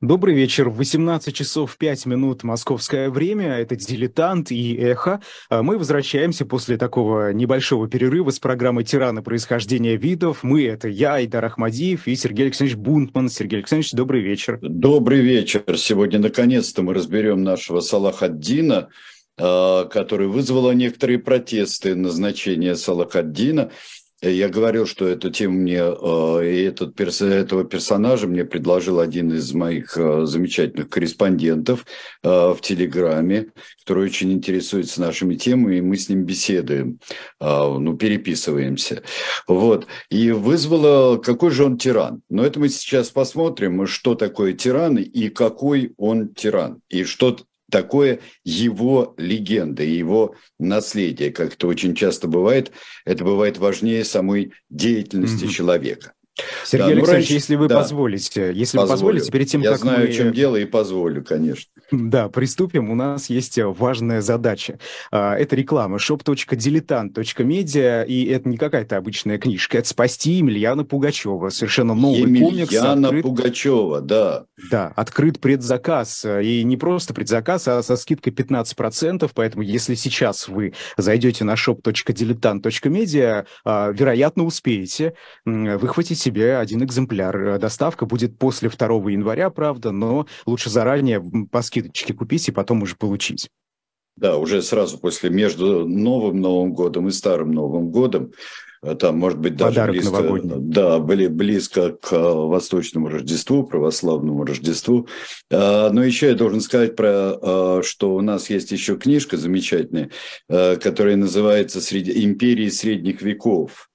Добрый вечер. 18 часов 5 минут московское время. Это «Дилетант» и «Эхо». Мы возвращаемся после такого небольшого перерыва с программой «Тираны. Происхождение видов». Мы — это я, Айдар Ахмадиев, и Сергей Александрович Бунтман. Сергей Александрович, добрый вечер. Добрый вечер. Сегодня, наконец-то, мы разберем нашего Салах-ад-Дина, который вызвало некоторые протесты назначения Салах-ад-Дина. Я говорил, что эту тему мне и этого персонажа мне предложил один из моих замечательных корреспондентов в Телеграме, который очень интересуется нашими темами, и мы с ним беседуем, переписываемся. Вот. И вызвало, какой же он тиран. Но это мы сейчас посмотрим, что такое тиран и какой он тиран, и что такое его легенда, его наследие, как это очень часто бывает, это бывает важнее самой деятельности человека. Сергей Александрович, если вы позволите, перед тем, я как знаю, мы... в чем дело, и позволю, конечно. Да, приступим. У нас есть важная задача. Это реклама shop.diletant.media, и это не какая-то обычная книжка. Это «Спасти Емельяна Пугачева». Совершенно новый комикс. Емельяна Пугачева, да. Да, открыт предзаказ. И не просто предзаказ, а со скидкой 15%. Поэтому, если сейчас вы зайдете на shop.diletant.media, вероятно, успеете выхватить себе один экземпляр. Доставка будет после 2 января, правда, но лучше заранее по скидочке купить и потом уже получить. Да, уже сразу между Новым годом и Старым Новым годом. Там, может быть, даже подарок новогодний. Да, были близко к Восточному Рождеству, православному Рождеству. Но еще я должен сказать, что у нас есть еще книжка замечательная, которая называется «Империи средних веков».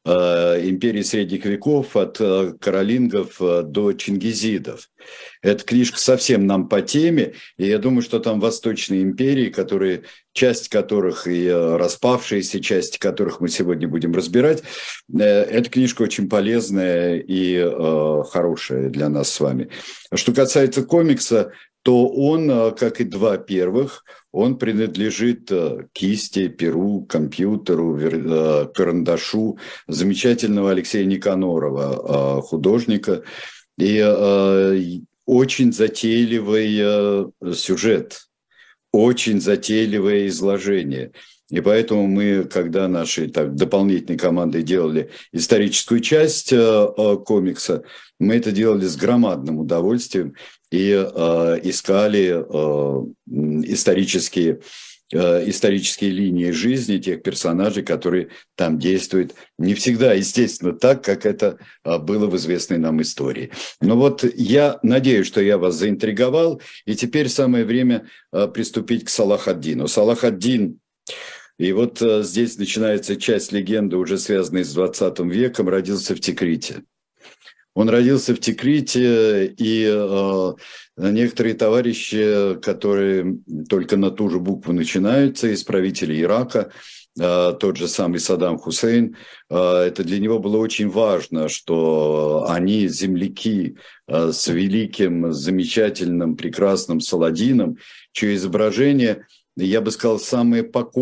Империи средних веков от каролингов до чингизидов. Эта книжка совсем нам по теме, и я думаю, что там восточные империи, часть которых и распавшиеся, части которых мы сегодня будем разбирать. Эта книжка очень полезная и хорошая для нас с вами. Что касается комикса, то он, как и два первых, он принадлежит кисти, перу, компьютеру, карандашу замечательного Алексея Никанорова, художника. И очень затейливый сюжет, очень затейливое изложение. И поэтому мы, когда нашей дополнительной командой делали историческую часть комикса, мы это делали с громадным удовольствием и искали исторические линии жизни тех персонажей, которые там действуют. Не всегда, естественно, так, как это было в известной нам истории. Но вот я надеюсь, что я вас заинтриговал, и теперь самое время приступить к Салах-ад-Дину. Салах-ад-Дин. И вот здесь начинается часть легенды, уже связанной с 20 веком, родился в Тикрите. Он родился в Тикрите, и некоторые товарищи, которые только на ту же букву начинаются, из правителей Ирака, тот же самый Саддам Хусейн, это для него было очень важно, что они земляки с великим, замечательным, прекрасным Саладином, чье изображение... Я бы сказал, самое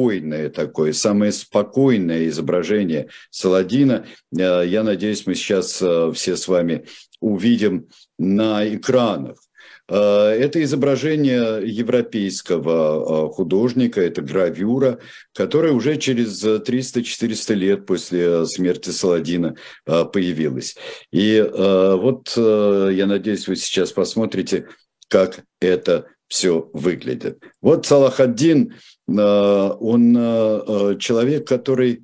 спокойное изображение Саладина. Я надеюсь, мы сейчас все с вами увидим на экранах. Это изображение европейского художника, это гравюра, которая уже через 300-400 лет после смерти Саладина появилась. И вот я надеюсь, вы сейчас посмотрите, как это все выглядит. Вот Салах-ад-Дин, он человек, который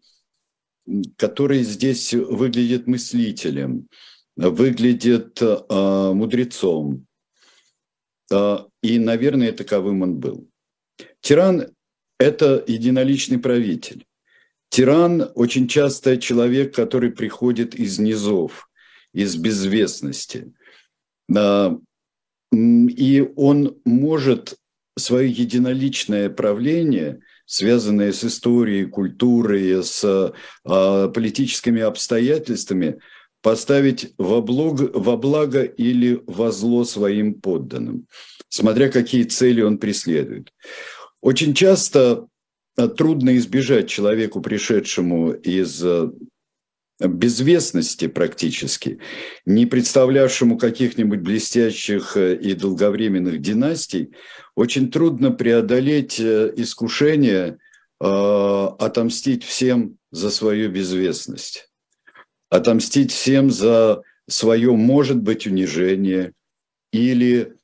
здесь выглядит мыслителем, выглядит мудрецом. И, наверное, таковым он был. Тиран – это единоличный правитель. Тиран очень часто человек, который приходит из низов, из безвестности. И он может свое единоличное правление, связанное с историей, культурой, с политическими обстоятельствами, поставить во благо или во зло своим подданным, смотря какие цели он преследует. Очень часто трудно избежать человеку, пришедшему из безвестности практически, не представлявшему каких-нибудь блестящих и долговременных династий, очень трудно преодолеть искушение отомстить всем за свою безвестность, отомстить всем за свое, может быть, унижение, или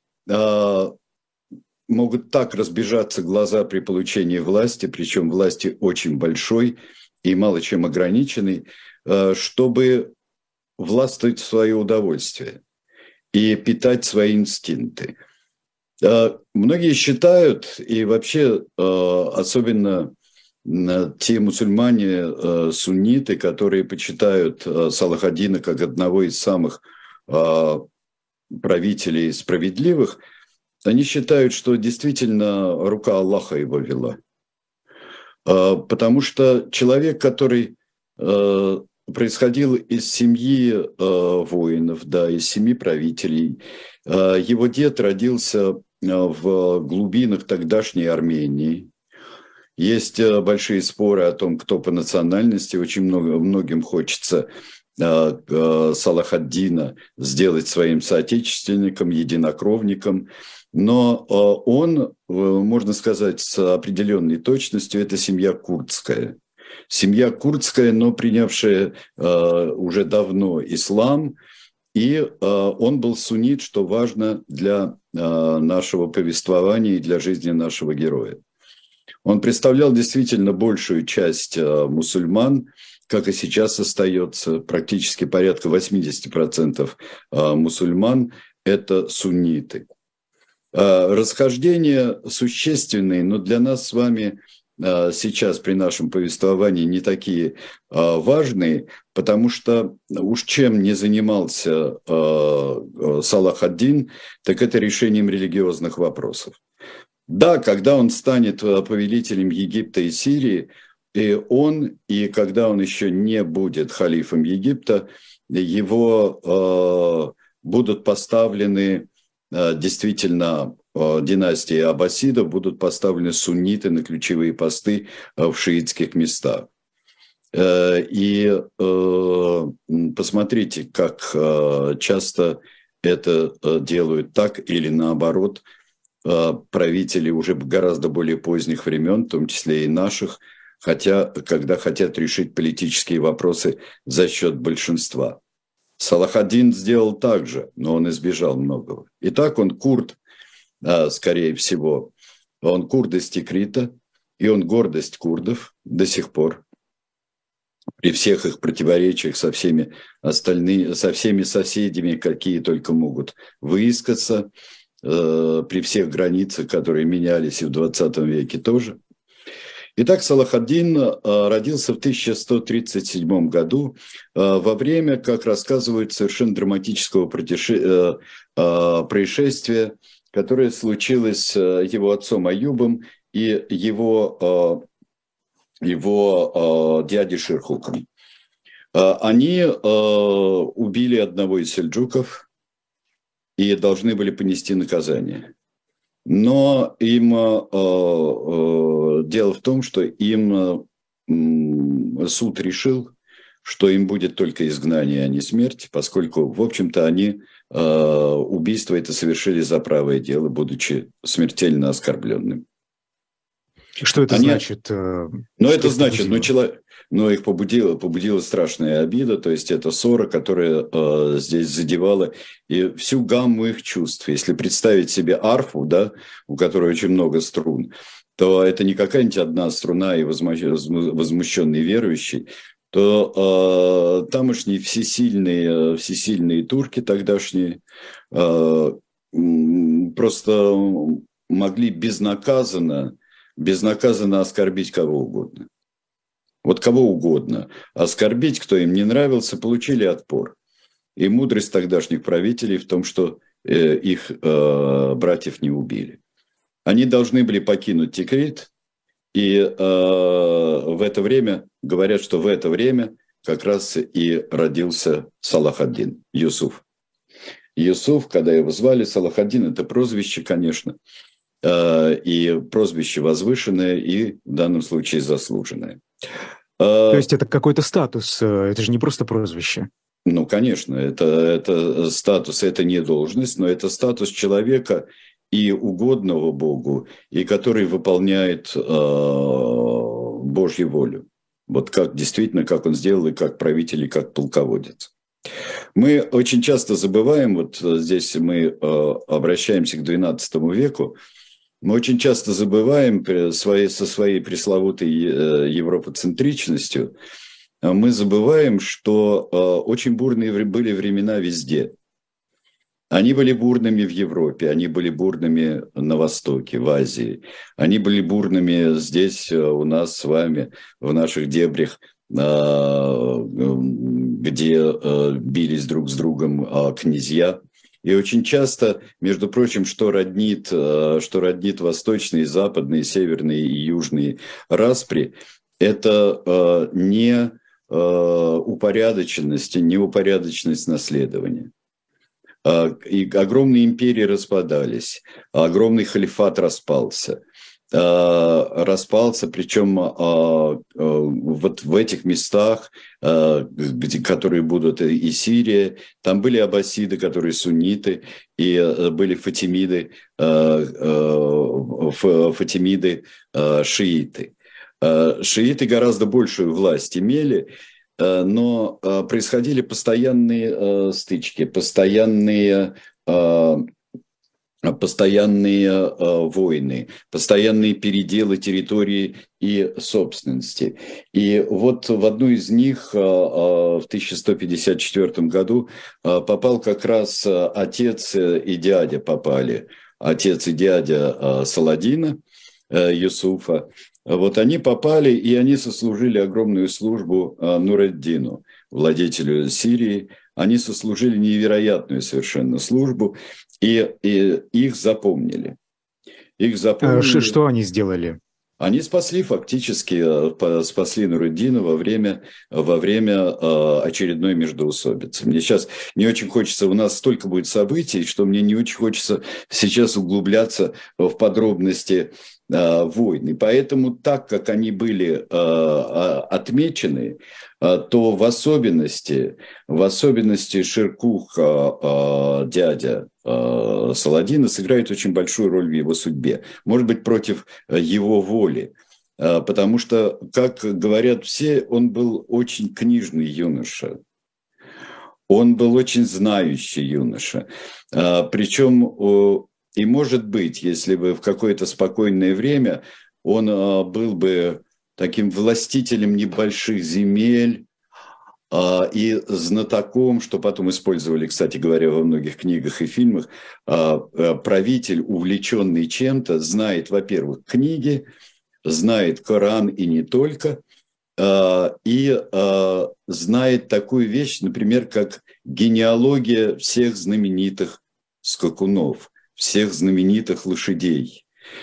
могут так разбежаться глаза при получении власти, причем власти очень большой и мало чем ограниченной, чтобы властвовать в свое удовольствие и питать свои инстинкты. Многие считают, и вообще особенно те мусульмане, сунниты, которые почитают Салах-ад-Дина как одного из самых правителей справедливых, они считают, что действительно рука Аллаха его вела. Потому что человек, который происходил из семьи воинов, да, из семьи правителей, его дед родился в глубинах тогдашней Армении. Есть большие споры о том, кто по национальности. Очень многим хочется Салах-ад-Дина сделать своим соотечественником, единокровником. Но он, можно сказать, с определенной точностью, это семья курдская. Семья курдская, но принявшая уже давно ислам. И он был суннит, что важно для нашего повествования и для жизни нашего героя. Он представлял действительно большую часть мусульман, как и сейчас остается, практически порядка 80% мусульман – это сунниты. Расхождения существенные, но для нас с вами сейчас при нашем повествовании не такие важные, потому что уж чем не занимался Салах-ад-Дин, так это решением религиозных вопросов. Да, когда он станет повелителем Египта и Сирии, и когда он еще не будет халифом Египта, его будут поставлены действительно династии аббасидов, будут поставлены сунниты на ключевые посты в шиитских местах. И посмотрите, как часто это делают так или наоборот правители уже гораздо более поздних времен, в том числе и наших, когда хотят решить политические вопросы за счет большинства. Салах-ад-Дин сделал так же, но он избежал многого. Итак, он курд, скорее всего. Он курд из Тикрита, и он гордость курдов до сих пор. При всех их противоречиях со всеми остальными, со всеми соседями, какие только могут выискаться, при всех границах, которые менялись и в 20 веке тоже. Итак, Салах-ад-Дин родился в 1137 году во время, как рассказывают, совершенно драматического происшествия, которое случилось с его отцом Аюбом и его дядей Ширхуком. Они убили одного из сельджуков и должны были понести наказание. Но им дело в том, что им суд решил, что им будет только изгнание, а не смерть, поскольку, в общем-то, они убийство это совершили за правое дело, будучи смертельно оскорбленным. Что это значит? Это значит, их побудила страшная обида, то есть это ссора, которая здесь задевала и всю гамму их чувств. Если представить себе арфу, да, у которой очень много струн, то это не какая-нибудь одна струна и возмущенный верующий, то тамошние всесильные турки тогдашние просто могли безнаказанно оскорбить кого угодно. Вот кого угодно. Оскорбить, кто им не нравился, получили отпор. И мудрость тогдашних правителей в том, что их братьев не убили. Они должны были покинуть Тикрит, и в это время, говорят, что в это время как раз и родился Салах-ад-Дин, Юсуф. Юсуф, когда его звали, Салах-ад-Дин, это прозвище, конечно, и прозвище возвышенное, и в данном случае заслуженное. То есть это какой-то статус, это же не просто прозвище. Ну, конечно, это статус, это не должность, но это статус человека и угодного Богу, и который выполняет Божью волю. Вот как действительно, как он сделал, и как правитель, и как полководец. Мы очень часто забываем, вот здесь мы обращаемся к XII веку, мы очень часто забываем со своей пресловутой европоцентричностью, мы забываем, что очень бурные были времена везде. Они были бурными в Европе, они были бурными на Востоке, в Азии. Они были бурными здесь, у нас с вами, в наших дебрях, где бились друг с другом князья. И очень часто, между прочим, что роднит восточные, западные, северные и южные распри, это не упорядоченность, неупорядоченность наследования. И огромные империи распадались, огромный халифат распался, причем вот в этих местах, которые будут и Сирия, там были аббасиды, которые сунниты, и были фатимиды, шииты. Шииты гораздо большую власть имели, но происходили постоянные стычки, постоянные войны, постоянные переделы территории и собственности. И вот в одну из них в 1154 году попал как раз отец и дядя отец и дядя Саладина, Юсуфа. Вот они попали, и они сослужили огромную службу Нур-ад-Дину, владетелю Сирии. Они сослужили невероятную совершенно службу, и их запомнили. Что они сделали? Они спасли Нур-ад-Дина во время очередной междоусобицы. Мне сейчас не очень хочется, у нас столько будет событий, что мне не очень хочется сейчас углубляться в подробности войн. И поэтому, так как они были отмечены, то в особенности Ширкух, дядя Саладина, сыграет очень большую роль в его судьбе. Может быть, против его воли. Потому что, как говорят все, он был очень книжный юноша. Он был очень знающий юноша. Причем, и может быть, если бы в какое-то спокойное время он был бы таким властителем небольших земель и знатоком, что потом использовали, кстати говоря, во многих книгах и фильмах, правитель, увлеченный чем-то, знает, во-первых, книги, знает Коран и не только, и знает такую вещь, например, как генеалогия всех знаменитых скакунов, всех знаменитых лошадей.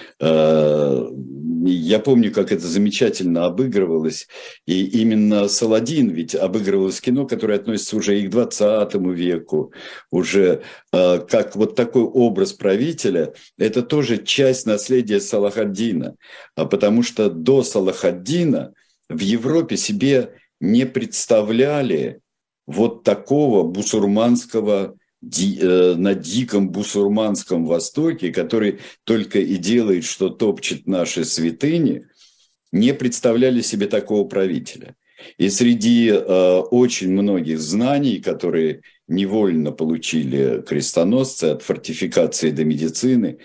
Я помню, как это замечательно обыгрывалось, и именно Саладин ведь обыгрывалось кино, которое относится уже и к 20 веку, уже как вот такой образ правителя, это тоже часть наследия Салах-ад-Дина, потому что до Салах-ад-Дина в Европе себе не представляли вот такого бусурманского на диком бусурманском Востоке, который только и делает, что топчет наши святыни, не представляли себе такого правителя. И среди очень многих знаний, которые невольно получили крестоносцы, от фортификации до медицины,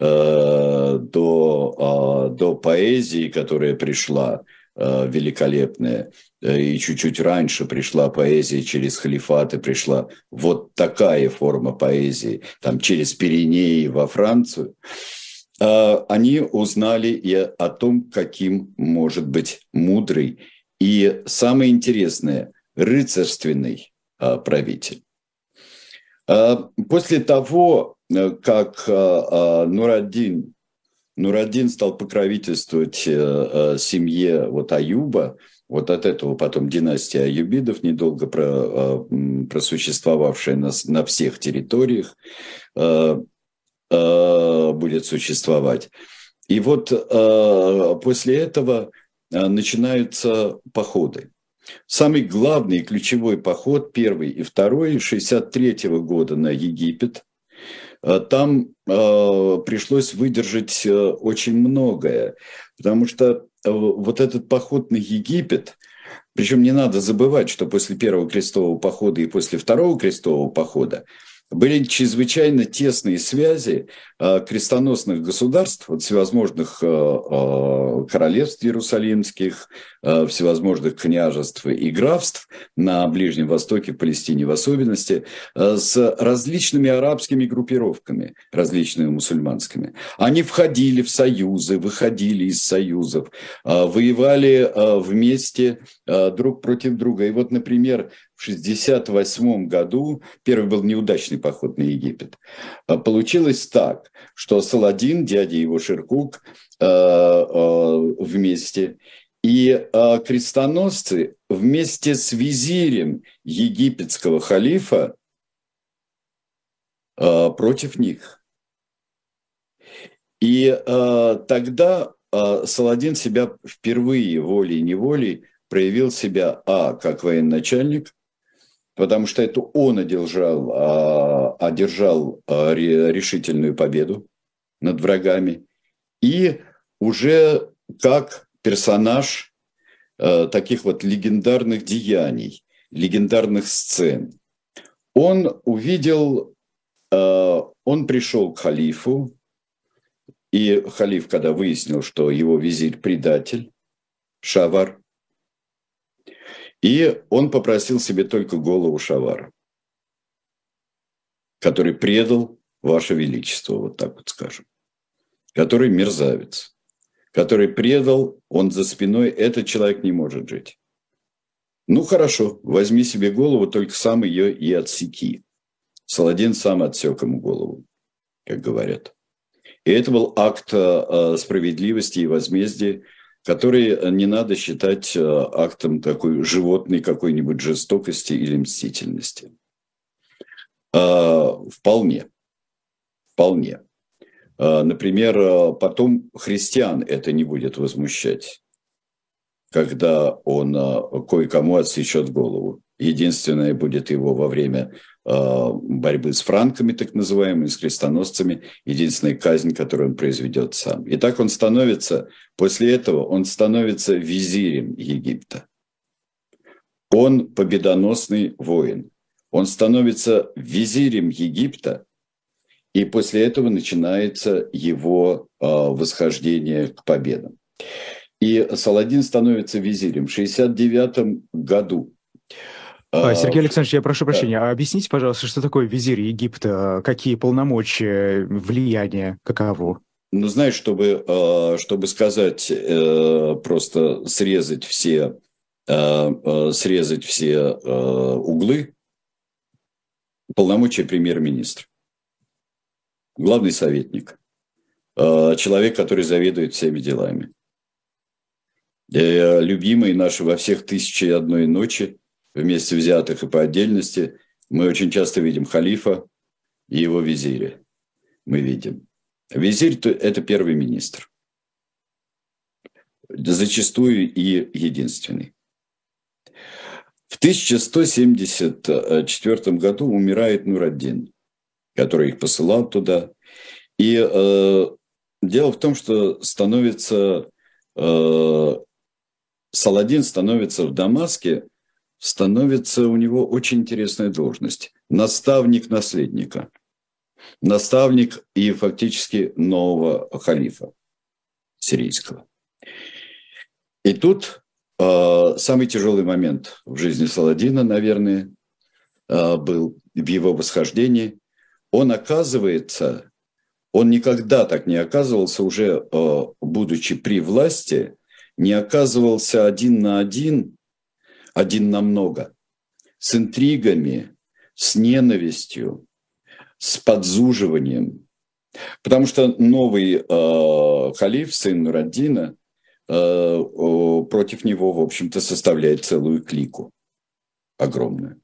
до поэзии, которая пришла, великолепная, и чуть-чуть раньше пришла поэзия через халифаты, пришла вот такая форма поэзии, там через Пиренеи во Францию, они узнали и о том, каким может быть мудрый и, самое интересное, рыцарственный правитель. После того, как Нур-ад-Дин стал покровительствовать семье вот Аюба, вот от этого потом династия аюбидов, недолго просуществовавшая на всех территориях, будет существовать. И вот после этого начинаются походы. Самый главный и ключевой поход, первый и второй, 1963 года на Египет. Там пришлось выдержать очень многое, потому что вот этот поход на Египет, причем не надо забывать, что после первого крестового похода и после второго крестового похода были чрезвычайно тесные связи крестоносных государств, вот всевозможных королевств иерусалимских, всевозможных княжеств и графств на Ближнем Востоке, в Палестине в особенности, с различными арабскими группировками, различными мусульманскими. Они входили в союзы, выходили из союзов, воевали вместе друг против друга. И вот, например, в 1968 году, первый был неудачный поход на Египет, получилось так, что Саладин, дядя его Ширкук, вместе, и крестоносцы вместе с визирем египетского халифа против них. И тогда Саладин себя впервые волей-неволей проявил себя, как военачальник, потому что это он одержал решительную победу над врагами, и уже как персонаж таких вот легендарных деяний, легендарных сцен. Он увидел, он пришел к халифу, и халиф, когда выяснил, что его визирь предатель, Шавар, и он попросил себе только голову Шавара, который предал ваше величество, вот так вот скажем, который мерзавец, который предал, он за спиной, этот человек не может жить. Ну хорошо, возьми себе голову, только сам ее и отсеки. Саладин сам отсек ему голову, как говорят. И это был акт справедливости и возмездия, который не надо считать актом такой животной какой-нибудь жестокости или мстительности. Вполне. Например, потом христиан это не будет возмущать, когда он кое-кому отсечет голову. Единственное будет его во время борьбы с франками, так называемыми, с крестоносцами, единственная казнь, которую он произведет сам. И так он становится, после этого он становится визирем Египта. Он победоносный воин. Он становится визирем Египта, и после этого начинается его восхождение к победам. И Саладин становится визирем в 1969 году. Сергей Александрович, я прошу прощения, а объясните, пожалуйста, что такое визирь Египта, какие полномочия, влияние, каково? Ну, знаешь, чтобы сказать, просто срезать все углы, полномочия премьер-министра, главный советник, человек, который заведует всеми делами. Любимый наш во всех «Тысячи и одной ночи», вместе взятых и по отдельности, мы очень часто видим халифа и его визиря. Мы видим. Визирь – это первый министр. Зачастую и единственный. В 1174 году умирает Нур-ад-Дин, который их посылал туда. И дело в том, что Саладин становится в Дамаске, становится у него очень интересная должность. Наставник наследника. Наставник и фактически нового халифа сирийского. И тут самый тяжелый момент в жизни Саладина, наверное, был в его восхождении. Он никогда так не оказывался, уже будучи при власти, не оказывался один на один много, с интригами, с ненавистью, с подзуживанием. Потому что новый халиф, сын Нур-ад-Дина, против него, в общем-то, составляет целую клику огромную.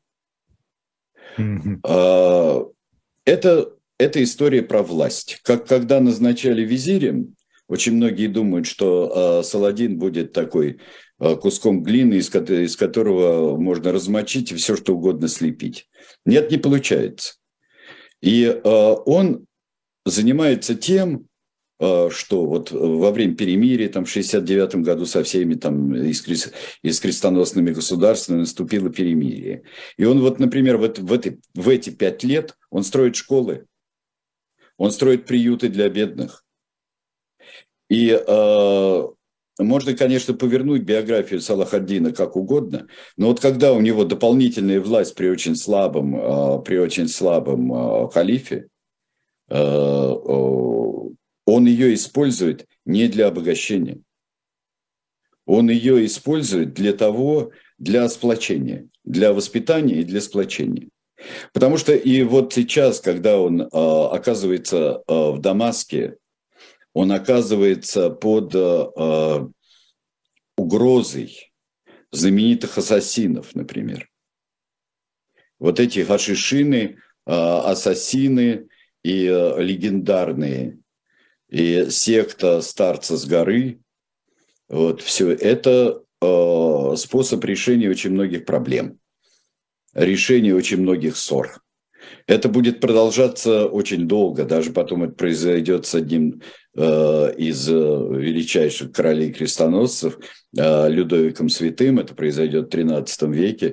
Это история про власть. Как когда назначали визирем, очень многие думают, что Саладин будет такой куском глины, из которого можно размочить и все, что угодно слепить. Нет, не получается. И он занимается тем, что вот во время перемирия, там, в 1969 году со всеми там, и с крестоносными государствами наступило перемирие. И он вот, например, в эти 5 лет он строит школы, он строит приюты для бедных. И можно, конечно, повернуть биографию Салах ад-Дина как угодно, но вот когда у него дополнительная власть при очень слабом халифе, он ее использует не для обогащения. Он ее использует для сплочения, для воспитания и для сплочения. Потому что и вот сейчас, когда он оказывается в Дамаске, он оказывается под угрозой знаменитых ассасинов, например. Вот эти гашишины, ассасины и легендарные, и секта старца с горы, вот все это способ решения очень многих проблем, решения очень многих ссор. Это будет продолжаться очень долго, даже потом это произойдет с одним из величайших королей-крестоносцев, Людовиком Святым, это произойдет в XIII веке,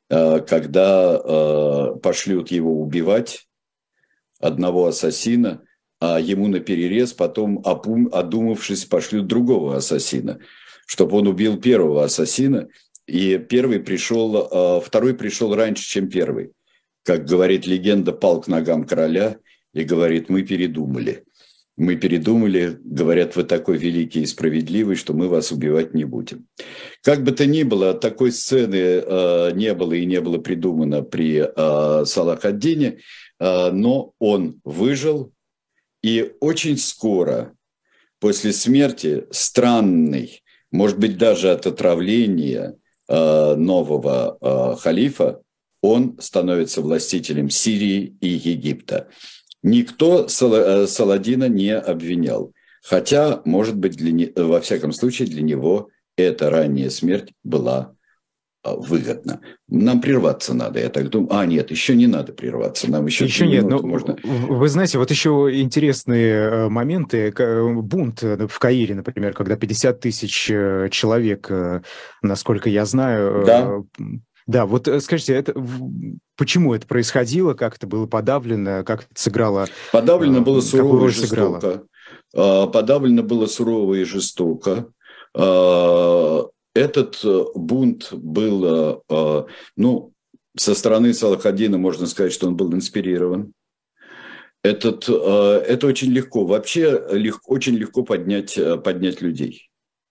когда пошлют его убивать, одного ассасина, а ему наперерез потом, одумавшись, пошлют другого ассасина, чтобы он убил первого ассасина, и второй пришел раньше, чем первый. Как говорит легенда, пал к ногам короля и говорит: мы передумали. Мы передумали, говорят, вы такой великий и справедливый, что мы вас убивать не будем. Как бы то ни было, такой сцены не было и не было придумано при Салах ад-Дине, но он выжил, и очень скоро после смерти странный, может быть, даже от отравления нового халифа, он становится властителем Сирии и Египта. Никто Саладина не обвинял, хотя, может быть, во всяком случае, для него эта ранняя смерть была выгодна. Нам прерваться надо, я так думаю. Нет, еще не надо прерваться, нам еще 3 нет, минуты но можно. Вы знаете, вот еще интересные моменты. Бунт в Каире, например, когда 50 тысяч человек, насколько я знаю... Да. Да, вот скажите, почему это происходило, как это было подавлено, как это сыграло? Подавлено было сурово и жестоко. Подавлено было сурово и жестоко. Этот бунт был, со стороны Салах ад-Дина можно сказать, что он был инспирирован. Это очень легко. Вообще очень легко поднять людей.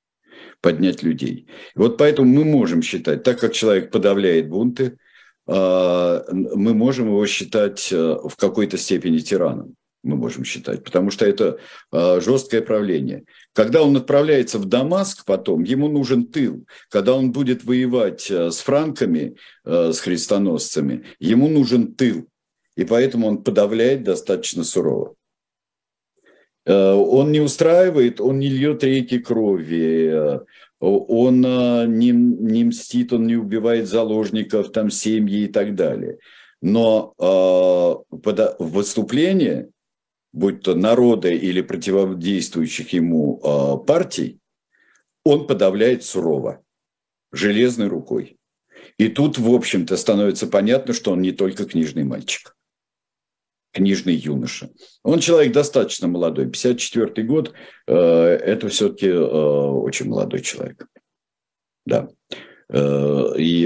Вот поэтому мы можем считать, так как человек подавляет бунты, мы можем его считать в какой-то степени тираном. Мы можем считать, потому что это жесткое правление. Когда он отправляется в Дамаск потом, ему нужен тыл. Когда он будет воевать с франками, с христоносцами, ему нужен тыл. И поэтому он подавляет достаточно сурово. Он не устраивает, он не льет реки крови, он не мстит, он не убивает заложников, там, семьи и так далее. Но выступление, будь то народа или противодействующих ему партий, он подавляет сурово, железной рукой. И тут, в общем-то, становится понятно, что он не только книжный мальчик, книжный юноша. Он человек достаточно молодой. 54-й год – это все-таки очень молодой человек. Да. И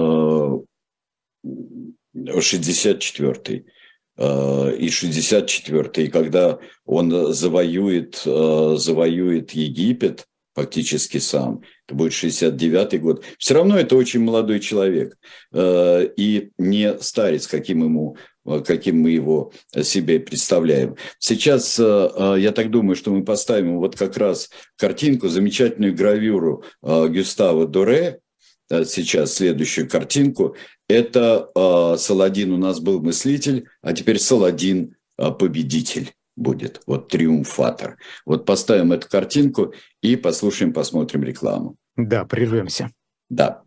64-й. И 64-й, когда он завоюет Египет фактически сам, это будет 69-й год, все равно это очень молодой человек. И не старец, каким мы его себе представляем. Сейчас, я так думаю, что мы поставим вот как раз картинку, замечательную гравюру Гюстава Доре, сейчас следующую картинку. Это Саладин у нас был мыслитель, а теперь Саладин победитель. будет, вот триумфатор. Вот поставим эту картинку и послушаем, посмотрим рекламу. Да, прервемся. Да.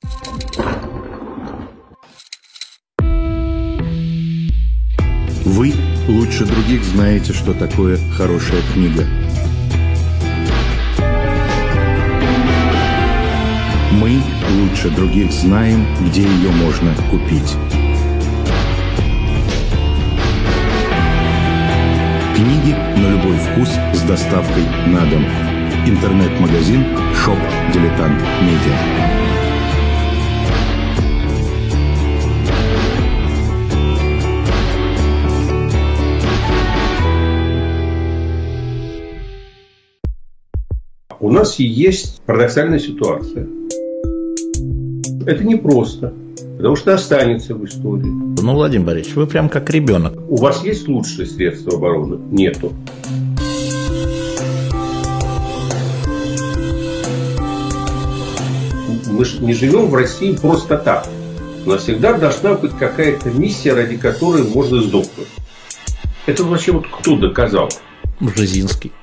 Вы лучше других знаете, что такое хорошая книга. Мы лучше других знаем, где ее можно купить. Книги на любой вкус с доставкой на дом. Интернет-магазин «Шоп Дилетант Медиа». У нас есть парадоксальная ситуация. Это непросто, потому что останется в истории. Ну, Владимир Борисович, вы прям как ребенок. У вас есть лучшие средства обороны? Нету. Мы же не живем в России просто так. У нас всегда должна быть какая-то миссия, ради которой можно сдохнуть. Это вообще вот кто доказал? Бжезинский.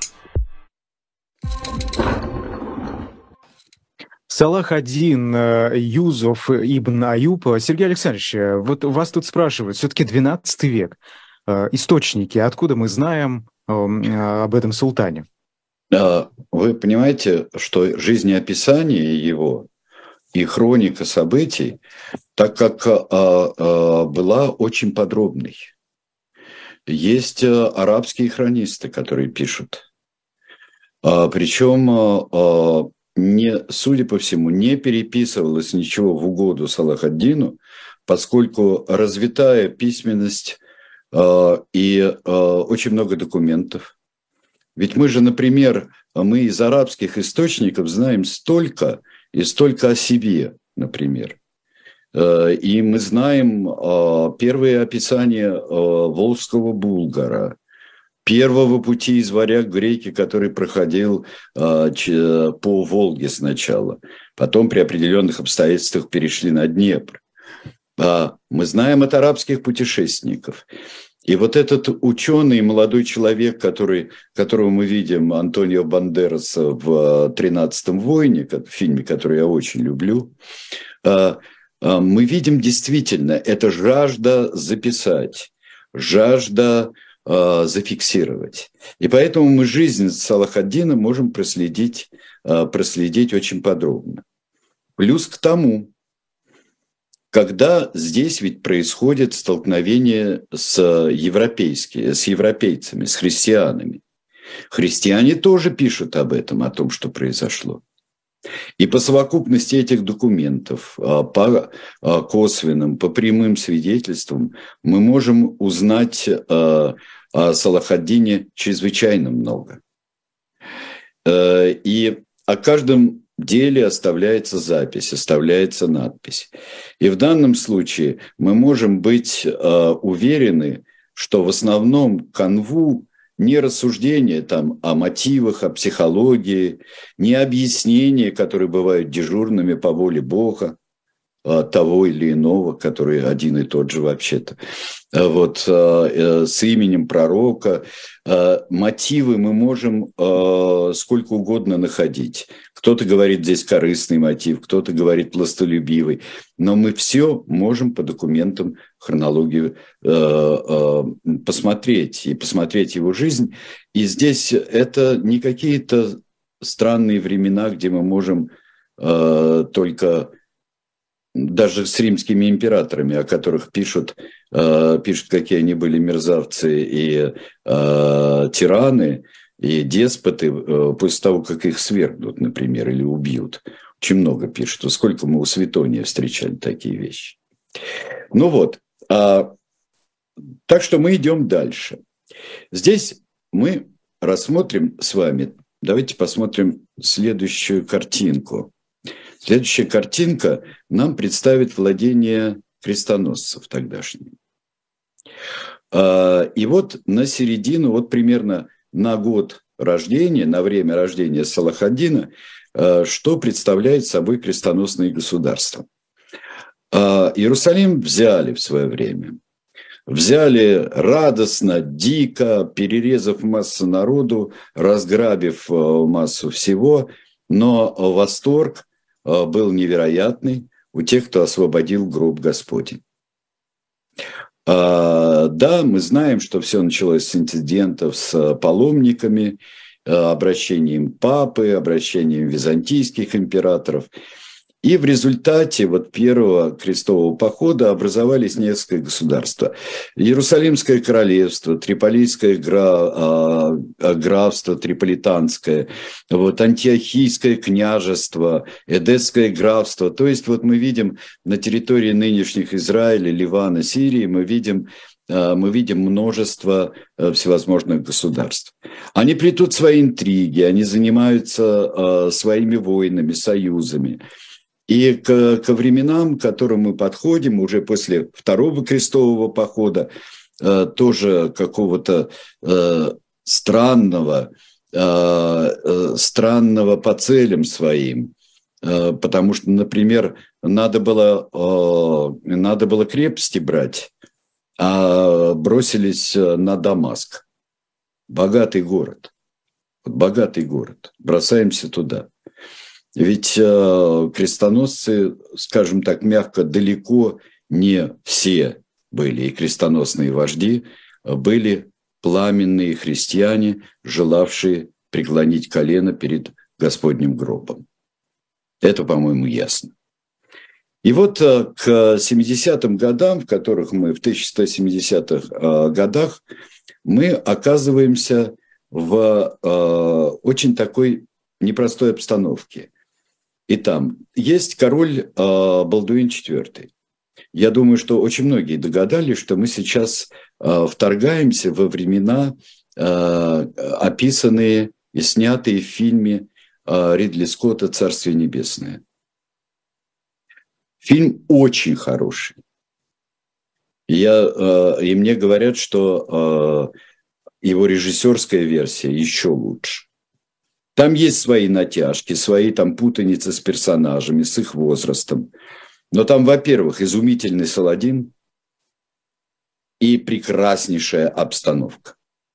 Салах ад-Дин Юсуф ибн Аюб. Сергей Александрович, вот вас тут спрашивают, все-таки 12 век. Источники, откуда мы знаем об этом султане? Вы понимаете, что жизнеописание его и хроника событий, так как была очень подробной. Есть арабские хронисты, которые пишут. Причем, судя по всему, не переписывалось ничего в угоду Салах ад-Дину, поскольку развитая письменность и очень много документов. Ведь мы же, например, мы из арабских источников знаем столько и столько о себе, например. И мы знаем первые описания Волжского Булгара, первого пути из Варяг в Греки, который проходил по Волге сначала, потом при определенных обстоятельствах перешли на Днепр. Мы знаем от арабских путешественников. И вот этот ученый, молодой человек, которого мы видим, Антонио Бандераса в «13-м воине», фильме, который я очень люблю, мы видим действительно, это жажда записать, жажда зафиксировать. И поэтому мы жизнь Салах ад-Дина можем проследить очень подробно. Плюс к тому, когда здесь ведь происходит столкновение с европейцами, с христианами. Христиане тоже пишут об этом, о том, что произошло. И по совокупности этих документов, по косвенным, по прямым свидетельствам, мы можем узнать о Салах ад-Дине чрезвычайно много. И о каждом деле оставляется запись, оставляется надпись. И в данном случае мы можем быть уверены, что в основном канву не рассуждения там о мотивах, о психологии, не объяснения, которые бывают дежурными по воле Бога, того или иного, который один и тот же вообще-то. Вот, с именем пророка. Мотивы мы можем сколько угодно находить. Кто-то говорит здесь корыстный мотив, кто-то говорит властолюбивый. Но мы все можем по документам хронологию посмотреть и посмотреть его жизнь. И здесь это не какие-то странные времена, где мы можем только... Даже с римскими императорами, о которых пишут, какие они были мерзавцы и тираны, и деспоты, после того, как их свергнут, например, или убьют. Очень много пишут. Сколько мы у Светония встречали такие вещи. Ну вот. Так что мы идем дальше. Здесь мы рассмотрим с вами, давайте посмотрим следующую картинку. Следующая картинка нам представит владение крестоносцев тогдашних. И вот на середину, вот примерно на год рождения, на время рождения Салах ад-Дина, что представляет собой крестоносные государства. Иерусалим взяли в свое время. Взяли радостно, дико, перерезав массу народу, разграбив массу всего, но восторг был невероятный у тех, кто освободил гроб Господень. Да, мы знаем, что все началось с инцидентов с паломниками, обращением папы, обращением византийских императоров. И в результате вот первого крестового похода образовались несколько государств. Иерусалимское королевство, Триполийское графство, Триполитанское, вот, Антиохийское княжество, Эдесское графство. То есть вот мы видим на территории нынешних Израиля, Ливана, Сирии, мы видим множество всевозможных государств. Они плетут свои интриги, они занимаются своими войнами, союзами. И ко временам, к которым мы подходим, уже после второго крестового похода, тоже какого-то странного по целям своим, потому что, например, надо было крепости брать, а бросились на Дамаск. Богатый город, бросаемся туда. Ведь крестоносцы, скажем так, мягко, далеко не все были, и крестоносные вожди были пламенные христиане, желавшие преклонить колено перед Господним гробом. Это, по-моему, ясно. И вот к 70-м годам, в которых мы, в 1170-х годах, мы оказываемся в очень такой непростой обстановке. И там есть король Балдуин IV. Я думаю, что очень многие догадались, что мы сейчас вторгаемся во времена, описанные и снятые в фильме Ридли Скотта «Царствие небесное». Фильм очень хороший. И мне говорят, что его режиссерская версия еще лучше. Там есть свои натяжки, свои там путаницы с персонажами, с их возрастом. Но там, во-первых, изумительный Саладин и прекраснейшая обстановка.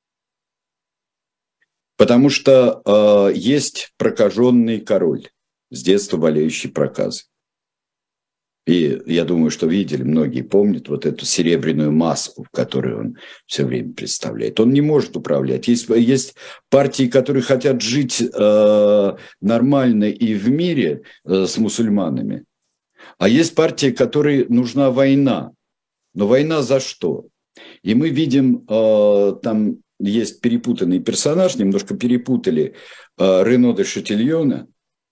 Потому что есть прокаженный король, с детства болеющий проказой. И я думаю, что видели, многие помнят вот эту серебряную маску, в которой он все время представляет. Он не может управлять. Есть партии, которые хотят жить нормально и в мире с мусульманами. А есть партии, которой нужна война. Но война за что? И мы видим, там есть перепутанный персонаж, немножко перепутали Рено де Шатильона,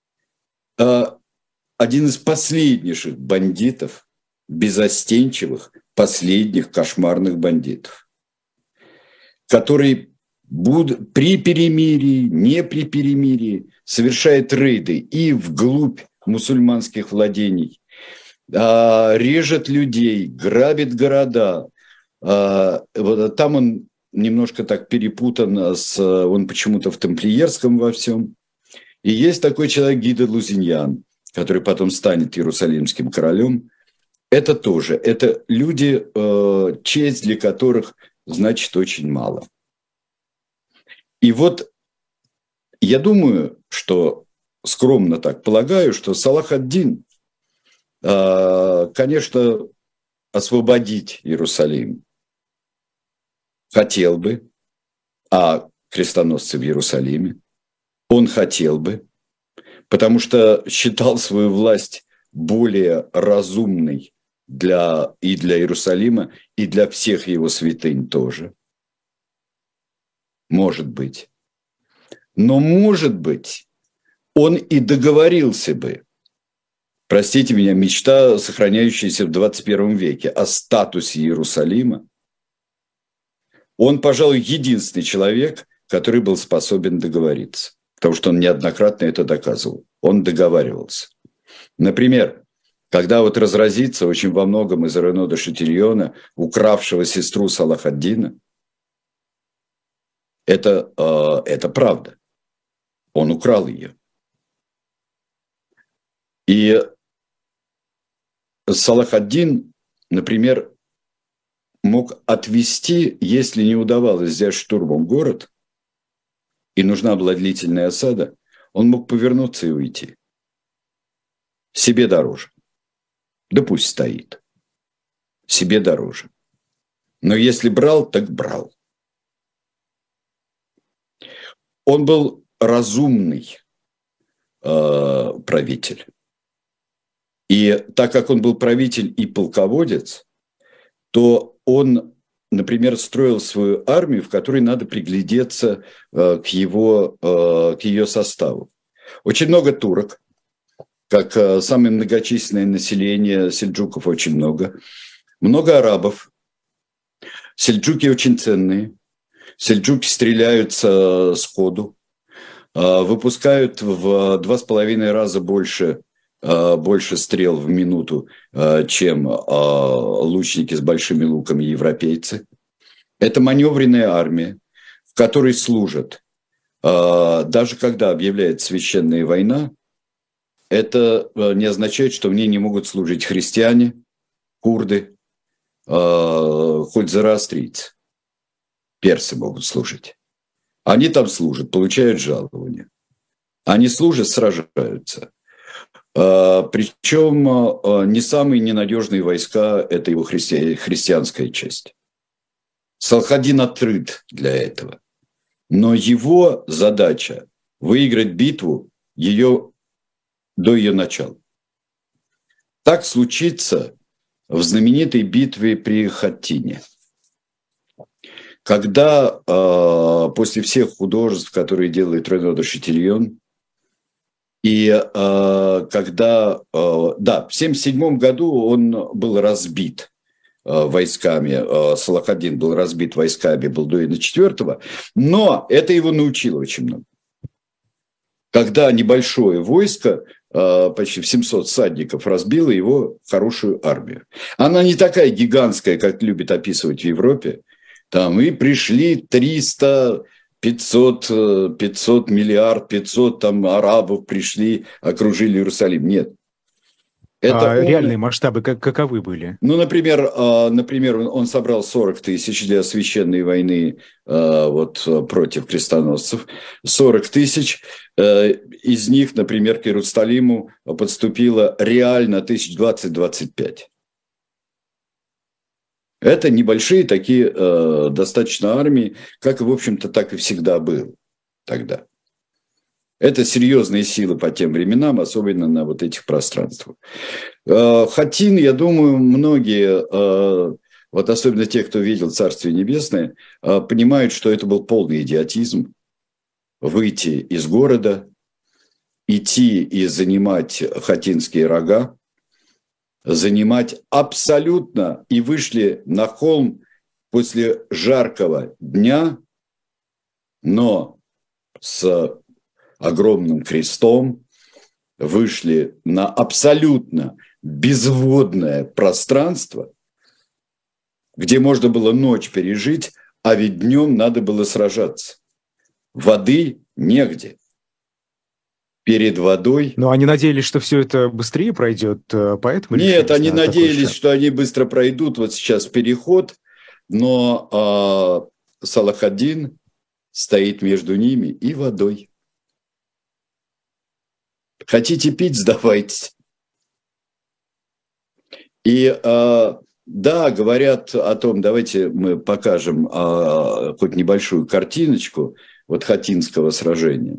один из последних бандитов, безостенчивых, последних кошмарных бандитов, который при перемирии, не при перемирии совершает рейды и вглубь мусульманских владений, режет людей, грабит города. Вот там он немножко так перепутан, он почему-то в тамплиерском во всем. И есть такой человек Гий де Лузиньян, который потом станет Иерусалимским королем. Это тоже, это люди, честь для которых значит очень мало. И вот я думаю, что, скромно так полагаю, что Салах ад-Дин, конечно, освободить Иерусалим хотел бы, а крестоносцы в Иерусалиме, он хотел бы, потому что считал свою власть более разумной и для Иерусалима, и для всех его святынь тоже. Может быть. Но, может быть, он и договорился бы, простите меня, мечта, сохраняющаяся в 21 веке, о статусе Иерусалима. Он, пожалуй, единственный человек, который был способен договориться. Потому что он неоднократно это доказывал. Он договаривался. Например, когда вот разразится очень во многом из Рено де Шатильона, укравшего сестру Салах ад-Дина, это правда. Он украл ее. И Салах ад-Дин, например, мог отвести, если не удавалось взять штурмом город, и нужна была длительная осада, он мог повернуться и уйти. Себе дороже. Да пусть стоит. Себе дороже. Но если брал, так брал. Он был разумный правитель. И так как он был правитель и полководец, то он, например, строил свою армию, в которой надо приглядеться к ее составу. Очень много турок, как самое многочисленное население, сельджуков очень много. Много арабов. Сельджуки очень ценные. Сельджуки стреляются сходу. Выпускают в 2,5 раза больше стрел в минуту, чем лучники с большими луками европейцы. Это маневренная армия, в которой служат. Даже когда объявляется священная война, это не означает, что в ней не могут служить христиане, курды, хоть зороастрийцы. Персы могут служить. Они там служат, получают жалования. Они служат, сражаются. Причем не самые ненадежные войска – это его христианская часть. Салахадин открыт для этого. Но его задача – выиграть битву до ее начала. Так случится в знаменитой битве при Хаттине. Когда после всех художеств, которые делает Рене де Шатильон, и когда, в 1977 году он был разбит войсками, Салахадин был разбит войсками Балдуина IV, но это его научило очень много. Когда небольшое войско, почти в 700 всадников, разбило его хорошую армию. Она не такая гигантская, как любят описывать в Европе. Там и пришли 300, 500 миллиард, 500 там арабов пришли, окружили Иерусалим. Нет. Это реальные масштабы каковы были? Ну, например, он собрал 40 тысяч для священной войны против крестоносцев. 40 тысяч. Из них, например, к Иерусалиму подступило реально 20-25. Это небольшие такие достаточно армии, как, в общем-то, так и всегда было тогда. Это серьезные силы по тем временам, особенно на вот этих пространствах. Хаттин, я думаю, многие, особенно те, кто видел «Царствие небесное», понимают, что это был полный идиотизм. Выйти из города, идти и занимать Хаттинские рога, занимать абсолютно, и вышли на холм после жаркого дня, но с огромным крестом, вышли на абсолютно безводное пространство, где можно было ночь пережить, а ведь днем надо было сражаться. Воды негде. Перед водой... Но они надеялись, что все это быстрее пройдет, поэтому... Нет, они надеялись, что они быстро пройдут. Вот сейчас переход, но Салахадин стоит между ними и водой. Хотите пить, сдавайтесь. И да, говорят о том, давайте мы покажем хоть небольшую картиночку вот Хаттинского сражения.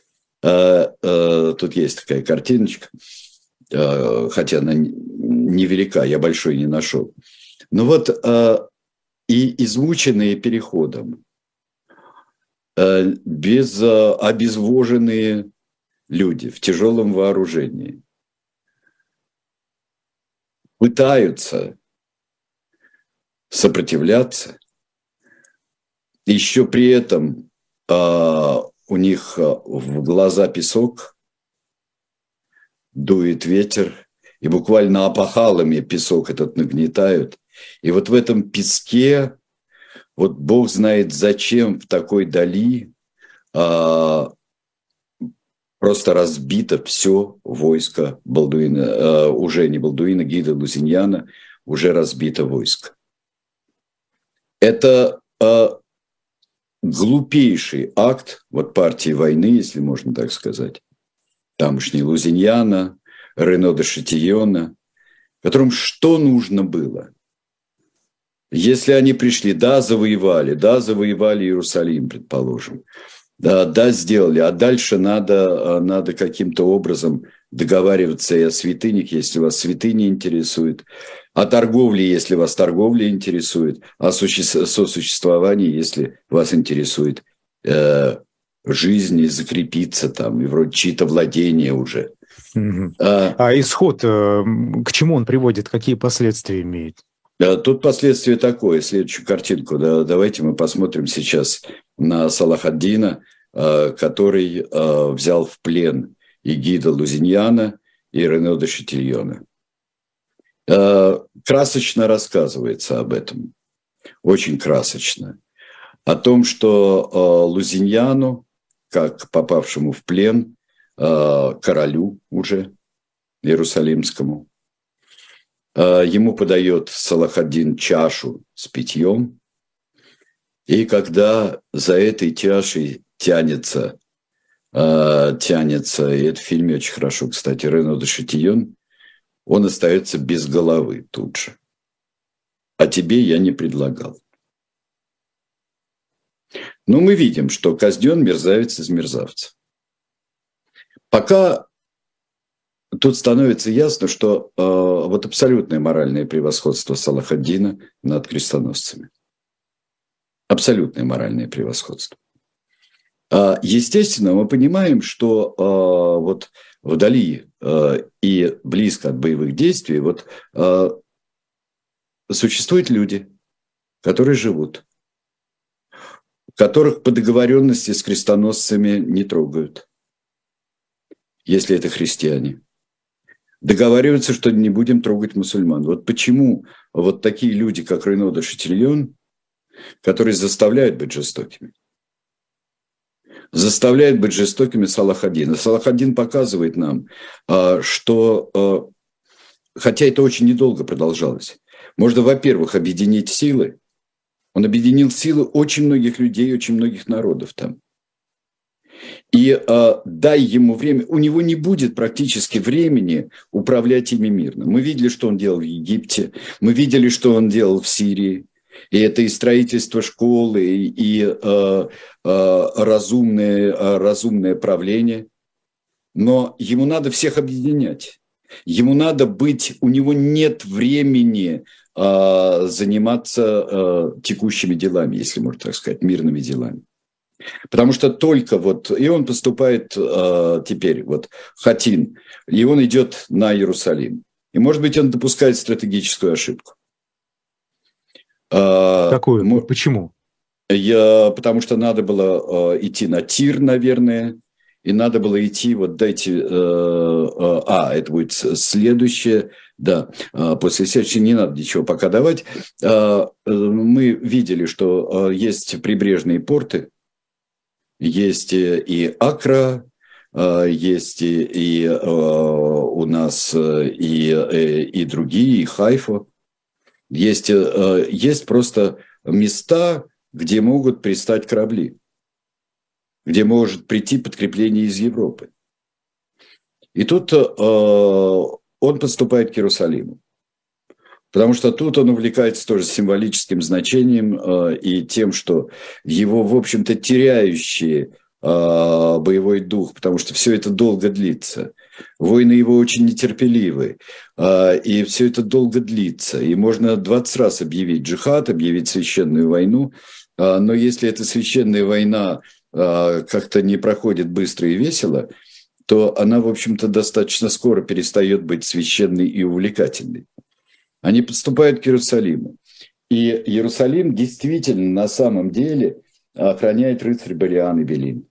Тут есть такая картиночка, хотя она невелика, я большой не нашел. Но вот и измученные переходом, обезвоженные люди в тяжелом вооружении пытаются сопротивляться, еще при этом у них в глаза песок, дует ветер, и буквально опахалами песок этот нагнетают. И вот в этом песке, вот Бог знает зачем в такой дали, просто разбито все войско Балдуина, уже не Балдуина, Гида Лузиньяна, уже разбито войско. Это глупейший акт вот партии войны, если можно так сказать, тамошней Лузиньяна, Рено де Шатильона, которым что нужно было? Если они пришли, завоевали Иерусалим, предположим, да, сделали, а дальше надо каким-то образом договариваться и о святынях, если вас святыни интересует, о торговле, если вас торговля интересует, о сосуществовании, если вас интересует жизнь и закрепиться там, и вроде чьи-то владения уже. А исход, к чему он приводит, какие последствия имеет? Тут последствие такое. Следующую картинку давайте мы посмотрим сейчас на Салах-ад-Дина, который взял в плен и Гида Лузиньяна, и Рено де Шатильона. Красочно рассказывается об этом, очень красочно. О том, что Лузиньяну, как попавшему в плен, королю уже иерусалимскому, ему подает Салах-ад-Дин чашу с питьем, и когда за этой чашей тянется, и это в фильме очень хорошо, кстати, Рено де Шатильон, он остается без головы тут же. А тебе я не предлагал. Но мы видим, что казнен мерзавец из мерзавца. Пока тут становится ясно, что вот абсолютное моральное превосходство Салах-ад-Дина над крестоносцами. Абсолютное моральное превосходство. Естественно, мы понимаем, что вот вдали и близко от боевых действий вот существуют люди, которые живут, которых по договоренности с крестоносцами не трогают, если это христиане. Договариваются, что не будем трогать мусульман. Вот почему вот такие люди, как Рено де Шатильон, которые заставляют быть жестокими, Салах-ад-Дина. Салах-ад-Дин показывает нам, что, хотя это очень недолго продолжалось, можно, во-первых, объединить силы. Он объединил силы очень многих людей, очень многих народов там. И дай ему время, у него не будет практически времени управлять ими мирно. Мы видели, что он делал в Египте, мы видели, что он делал в Сирии. И это и строительство школы, и разумное правление. Но ему надо всех объединять. Ему надо быть, у него нет времени заниматься текущими делами, если можно так сказать, мирными делами. Потому что только вот, и он поступает теперь, вот Хатин, и он идет на Иерусалим. И, может быть, он допускает стратегическую ошибку. Какую? Почему? Потому что надо было идти на Тир, наверное, и надо было идти, вот дайте, это будет следующее, да, после следующего не надо ничего пока давать. Мы видели, что есть прибрежные порты, есть и Акра, есть и у нас и другие, и Хайфа. Есть просто места, где могут пристать корабли, где может прийти подкрепление из Европы. И тут он подступает к Иерусалиму, потому что тут он увлекается тоже символическим значением и тем, что его, в общем-то, теряющие боевой дух, потому что все это долго длится. Войны его очень нетерпеливы, и все это долго длится. И можно 20 раз объявить джихад, объявить священную войну, но если эта священная война как-то не проходит быстро и весело, то она, в общем-то, достаточно скоро перестает быть священной и увлекательной. Они подступают к Иерусалиму. И Иерусалим действительно на самом деле охраняет рыцарь Балиан и Белин.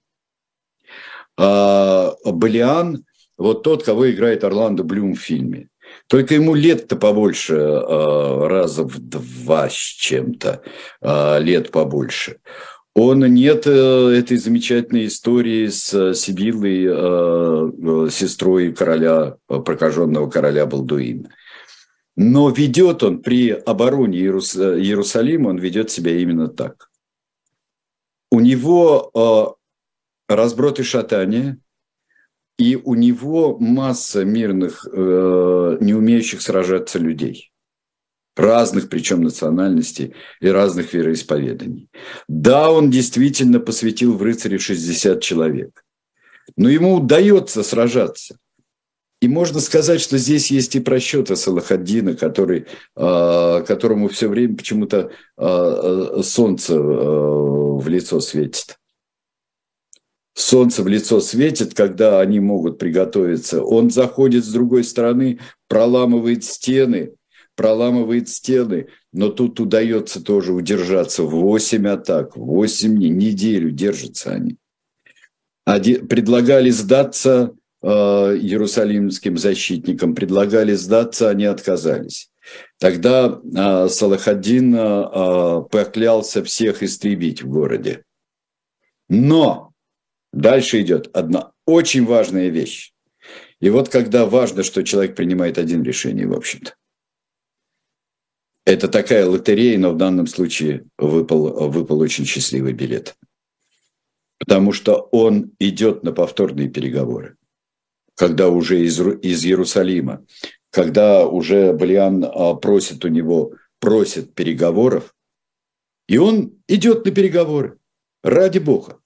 Балиан, вот тот, кого играет Орландо Блюм в фильме. Только ему лет-то побольше, раза в 2 с чем-то, лет побольше. Нет этой замечательной истории с Сибиллой, сестрой короля, прокаженного короля Балдуина. Но ведет он при обороне Иерусалима, он ведет себя именно так. У него разброд и шатание, и у него масса мирных, не умеющих сражаться людей. Разных, причем национальностей и разных вероисповеданий. Да, он действительно посвятил в рыцари 60 человек. Но ему удается сражаться. И можно сказать, что здесь есть и просчеты Салахаддина, которому все время почему-то солнце в лицо светит. Солнце в лицо светит, когда они могут приготовиться. Он заходит с другой стороны, проламывает стены, но тут удается тоже удержаться. 8 атак, 8 дней, неделю держатся они. Предлагали сдаться иерусалимским защитникам, предлагали сдаться, они отказались. Тогда Салахаддин поклялся всех истребить в городе. Но дальше идет одна очень важная вещь. И вот когда важно, что человек принимает один решение, в общем-то. Это такая лотерея, но в данном случае выпал очень счастливый билет. Потому что он идет на повторные переговоры. Когда уже из Иерусалима, когда уже Балиан просит переговоров, и он идет на переговоры. Ради Бога.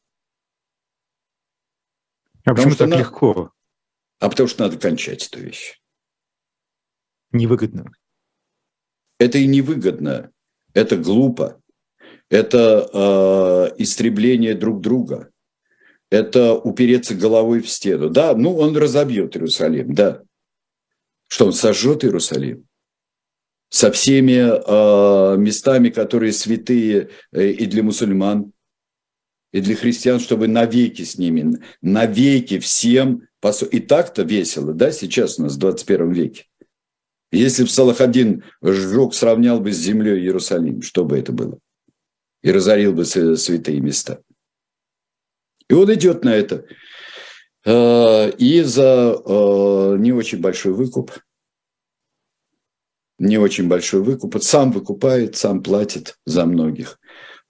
А почему так легко? А потому что надо кончать эту вещь. Невыгодно. Это и невыгодно, это глупо, это истребление друг друга, это упереться головой в стену. Да, он разобьет Иерусалим, да. Что, он сожжет Иерусалим? Со всеми местами, которые святые и для мусульман, и для христиан, чтобы навеки с ними, навеки всем. И так-то весело, да, сейчас у нас в 21 веке. Если бы Салахаддин сравнял бы с землей Иерусалим, что бы это было? И разорил бы святые места. И он идет на это. И за не очень большой выкуп. Сам выкупает, сам платит за многих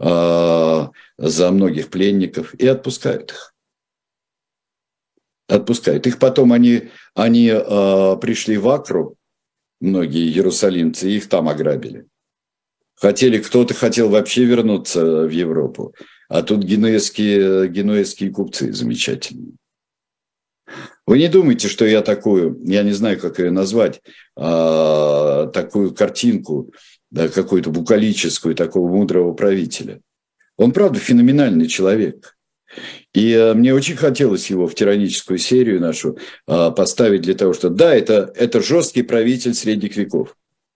пленников и отпускают их. Их потом они пришли в Акру, многие иерусалимцы, их там ограбили. Кто-то хотел вообще вернуться в Европу, а тут генуэзские купцы замечательные. Вы не думайте, что я не знаю, как ее назвать, такую картинку, да, какую-то букалическую, такого мудрого правителя. Он, правда, феноменальный человек. И мне очень хотелось его в тираническую серию нашу поставить для того, что да, это жесткий правитель средних веков.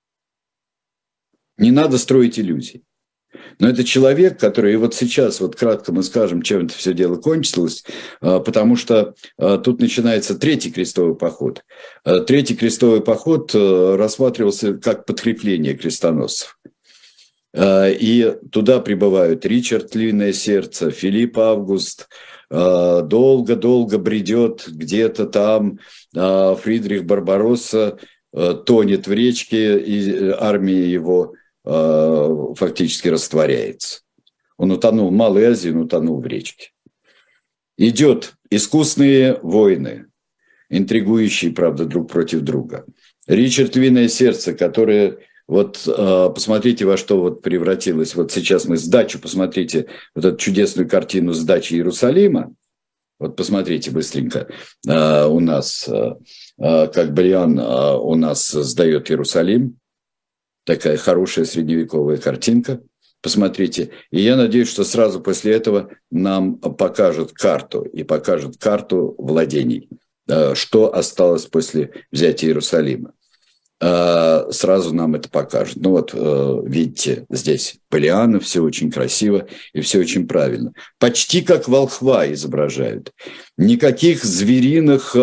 Не надо строить иллюзий. Но это человек, который, и вот сейчас, кратко мы скажем, чем это все дело кончилось, потому что тут начинается Третий крестовый поход. Третий крестовый поход рассматривался как подкрепление крестоносцев. И туда прибывают Ричард Львиное Сердце, Филипп Август, долго-долго бредет где-то там Фридрих Барбаросса, тонет в речке, и армия его фактически растворяется. Он утонул в Малой Азии, он утонул в речке. Идет искусные войны, интригующие, правда, друг против друга. Ричард Львиное Сердце, которое... посмотрите, во что превратилось. Сейчас мы сдачу, посмотрите эту чудесную картину сдачи Иерусалима. Посмотрите быстренько. У нас, как Балиан у нас сдает Иерусалим. Такая хорошая средневековая картинка. Посмотрите. И я надеюсь, что сразу после этого нам покажут карту. И покажут карту владений. Что осталось после взятия Иерусалима. Сразу нам это покажет. Видите, здесь Балиана, все очень красиво и все очень правильно. Почти как волхва изображают. Никаких звериных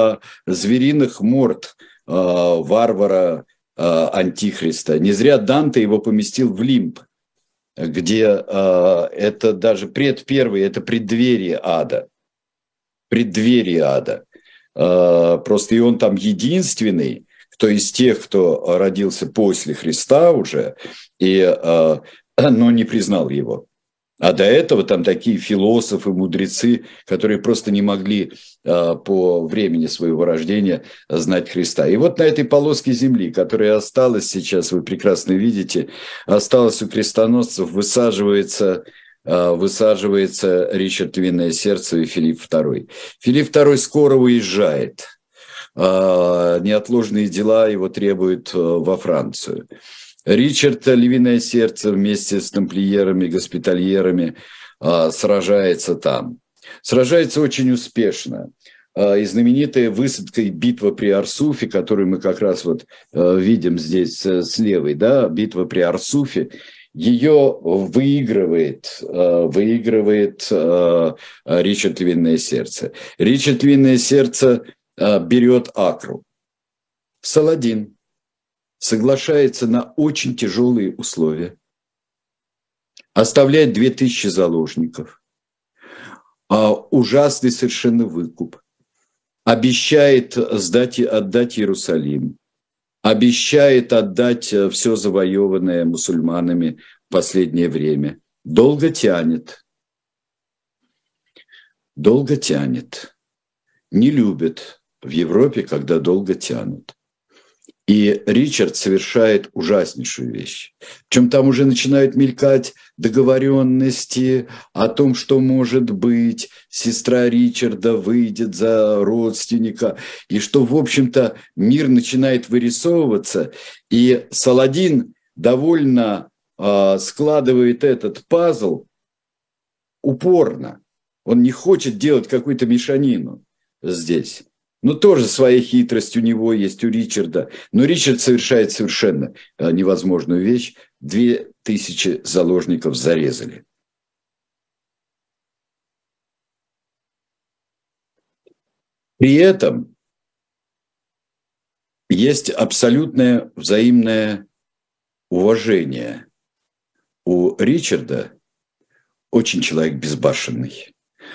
морд варвара, антихриста. Не зря Данте его поместил в лимб, где это даже это преддверие ада. Просто и он там единственный, что из тех, кто родился после Христа уже, но не признал его. А до этого там такие философы, мудрецы, которые просто не могли по времени своего рождения знать Христа. И вот на этой полоске земли, которая осталась сейчас, вы прекрасно видите, осталась у крестоносцев, высаживается Ричард Львиное Сердце и Филипп II. Филипп II скоро уезжает. Неотложные дела его требуют во Францию. Ричард Львиное Сердце вместе с тамплиерами, госпитальерами сражается там. Сражается очень успешно. И знаменитая высадка и битва при Арсуфе, которую мы как раз вот видим здесь с левой, да, битва при Арсуфе, ее выигрывает Ричард Львиное Сердце. Ричард Львиное Сердце берет Акру. Саладин соглашается на очень тяжелые условия, оставляет 2000 заложников, ужасный совершенно выкуп, обещает отдать Иерусалим, обещает отдать все завоеванное мусульманами в последнее время. Долго тянет. Не любят в Европе, когда долго тянут. И Ричард совершает ужаснейшую вещь. Причем там уже начинают мелькать договоренности о том, что, может быть, сестра Ричарда выйдет за родственника, и что, в общем-то, мир начинает вырисовываться. И Саладин довольно складывает этот пазл упорно. Он не хочет делать какую-то мешанину здесь. Но тоже своя хитрость у него есть, у Ричарда. Но Ричард совершает совершенно невозможную вещь. 2000 заложников зарезали. При этом есть абсолютное взаимное уважение. У Ричарда очень человек безбашенный.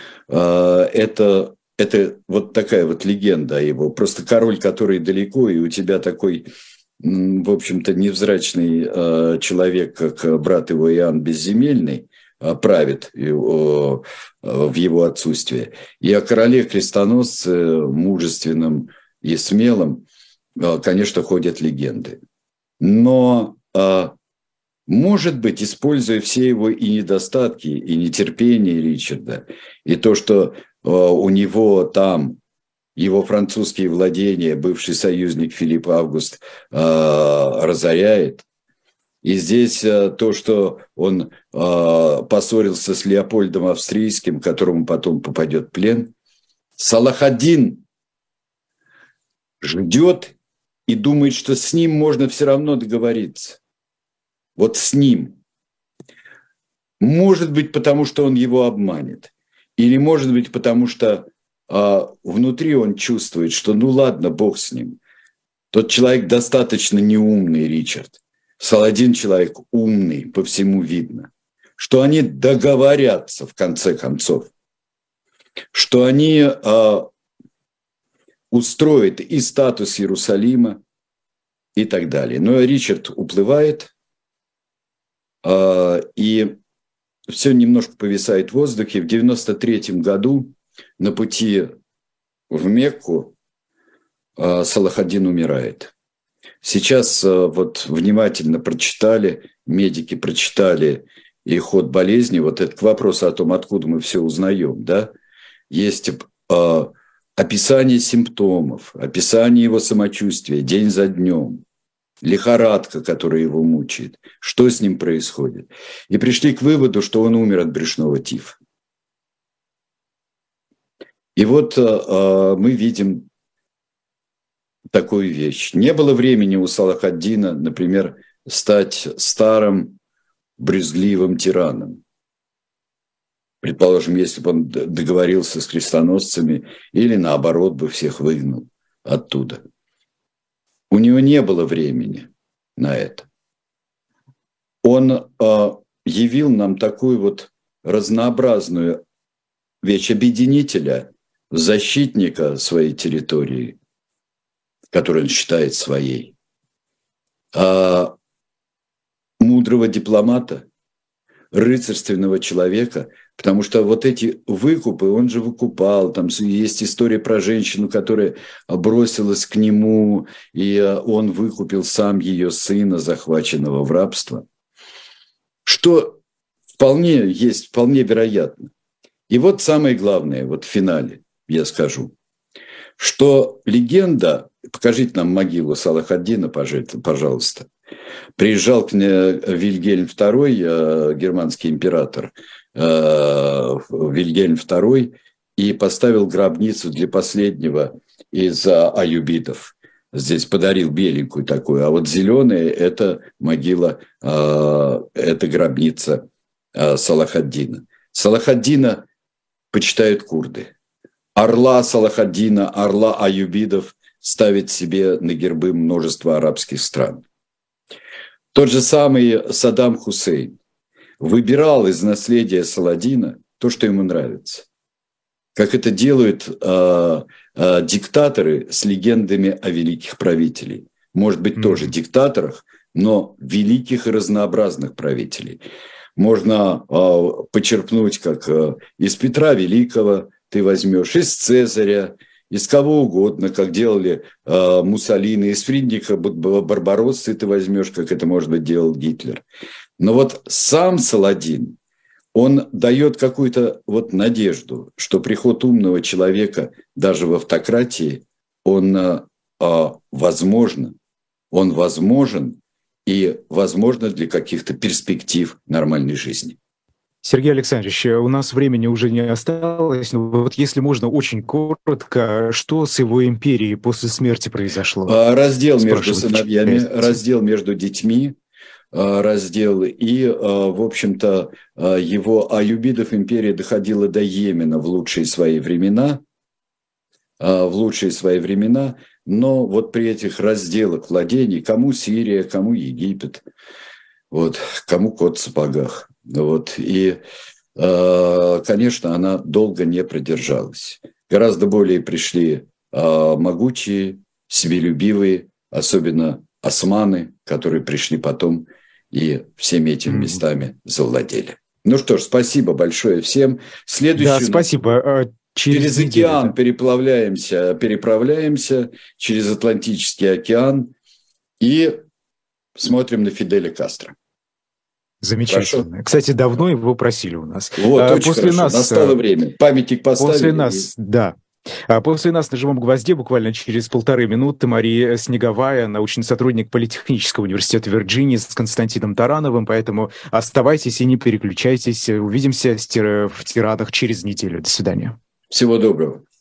Это вот такая вот легенда о его. Просто король, который далеко, и у тебя такой, в общем-то, невзрачный человек, как брат его Иоанн Безземельный, правит в его отсутствие. И о короле-крестоносце, мужественном и смелом, конечно, ходят легенды. Но, может быть, используя все его и недостатки, и нетерпение Ричарда, и то, что у него там его французские владения, бывший союзник Филипп Август, разоряет. И здесь то, что он поссорился с Леопольдом Австрийским, которому потом попадет в плен, Салах ад-Дин ждет и думает, что с ним можно все равно договориться. Вот с ним. Может быть, потому что он его обманет. Или, может быть, потому что внутри он чувствует, что ну ладно, бог с ним. Тот человек достаточно неумный, Ричард. Саладин человек умный, по всему видно. Что они договорятся в конце концов. Что они устроят и статус Иерусалима и так далее. Но Ричард уплывает, и все немножко повисает в воздухе. В 93 году на пути в Мекку Салах ад-Дин умирает. Сейчас вот внимательно прочитали, медики прочитали и ход болезни. Вот это к вопросу о том, откуда мы все узнаем. Да? Есть описание симптомов, описание его самочувствия день за днем. Лихорадка, которая его мучает, что с ним происходит. И пришли к выводу, что он умер от брюшного тифа. И вот мы видим такую вещь. Не было времени у Салаха ад-Дина, например, стать старым, брюзгливым тираном. Предположим, если бы он договорился с крестоносцами или, наоборот, бы всех выгнал оттуда. У него не было времени на это. Он явил нам такую вот разнообразную вещь объединителя, защитника своей территории, которую он считает своей, а мудрого дипломата, рыцарственного человека, потому что вот эти выкупы, он же выкупал, там есть история про женщину, которая бросилась к нему, и он выкупил сам ее сына, захваченного в рабство, что вполне вероятно. И вот самое главное, вот в финале я скажу, что легенда, покажите нам могилу Салах ад-Дина, пожалуйста. Приезжал к мне Вильгельм II, германский император, Вильгельм II, и поставил гробницу для последнего из аюбидов. Здесь подарил беленькую такую, а вот зеленая – это могила, это гробница Салах ад-Дина. Салах ад-Дина почитают курды. Орла Салах ад-Дина, орла аюбидов ставит себе на гербы множество арабских стран. Тот же самый Саддам Хусейн выбирал из наследия Саладина то, что ему нравится. Как это делают диктаторы с легендами о великих правителях. Может быть, тоже диктаторах, но великих и разнообразных правителей. Можно почерпнуть, как из Петра Великого ты возьмешь, из Цезаря, из кого угодно, как делали Муссолини, из Фридриха Барбароссы ты возьмешь, как это, может быть, делал Гитлер. Но вот сам Саладин, он дает какую-то вот надежду, что приход умного человека даже в автократии, он возможен и возможно для каких-то перспектив нормальной жизни. Сергей Александрович, у нас времени уже не осталось, но вот если можно, очень коротко, что с его империей после смерти произошло? Раздел между сыновьями, раздел между детьми, раздел, и, в общем-то, его аюбидов империя доходила до Йемена в лучшие свои времена, но вот при этих разделах владений, кому Сирия, кому Египет, вот, кому кот в сапогах. Вот. И, конечно, она долго не продержалась. Гораздо более пришли могучие, себелюбивые, особенно османы, которые пришли потом и всеми этими местами завладели. Ну что ж, спасибо большое всем. Да, спасибо. Через океан переправляемся через Атлантический океан и смотрим на Фиделя Кастро. Замечательно. Хорошо. Кстати, давно его просили у нас. Вот, очень после хорошо. Настало время. Памятник поставили. После нас, да. После нас на «Живом гвозде» буквально через 1,5 минуты Мария Снеговая, научный сотрудник Политехнического университета Вирджинии, с Константином Тарановым. Поэтому оставайтесь и не переключайтесь. Увидимся в тирадах через неделю. До свидания. Всего доброго.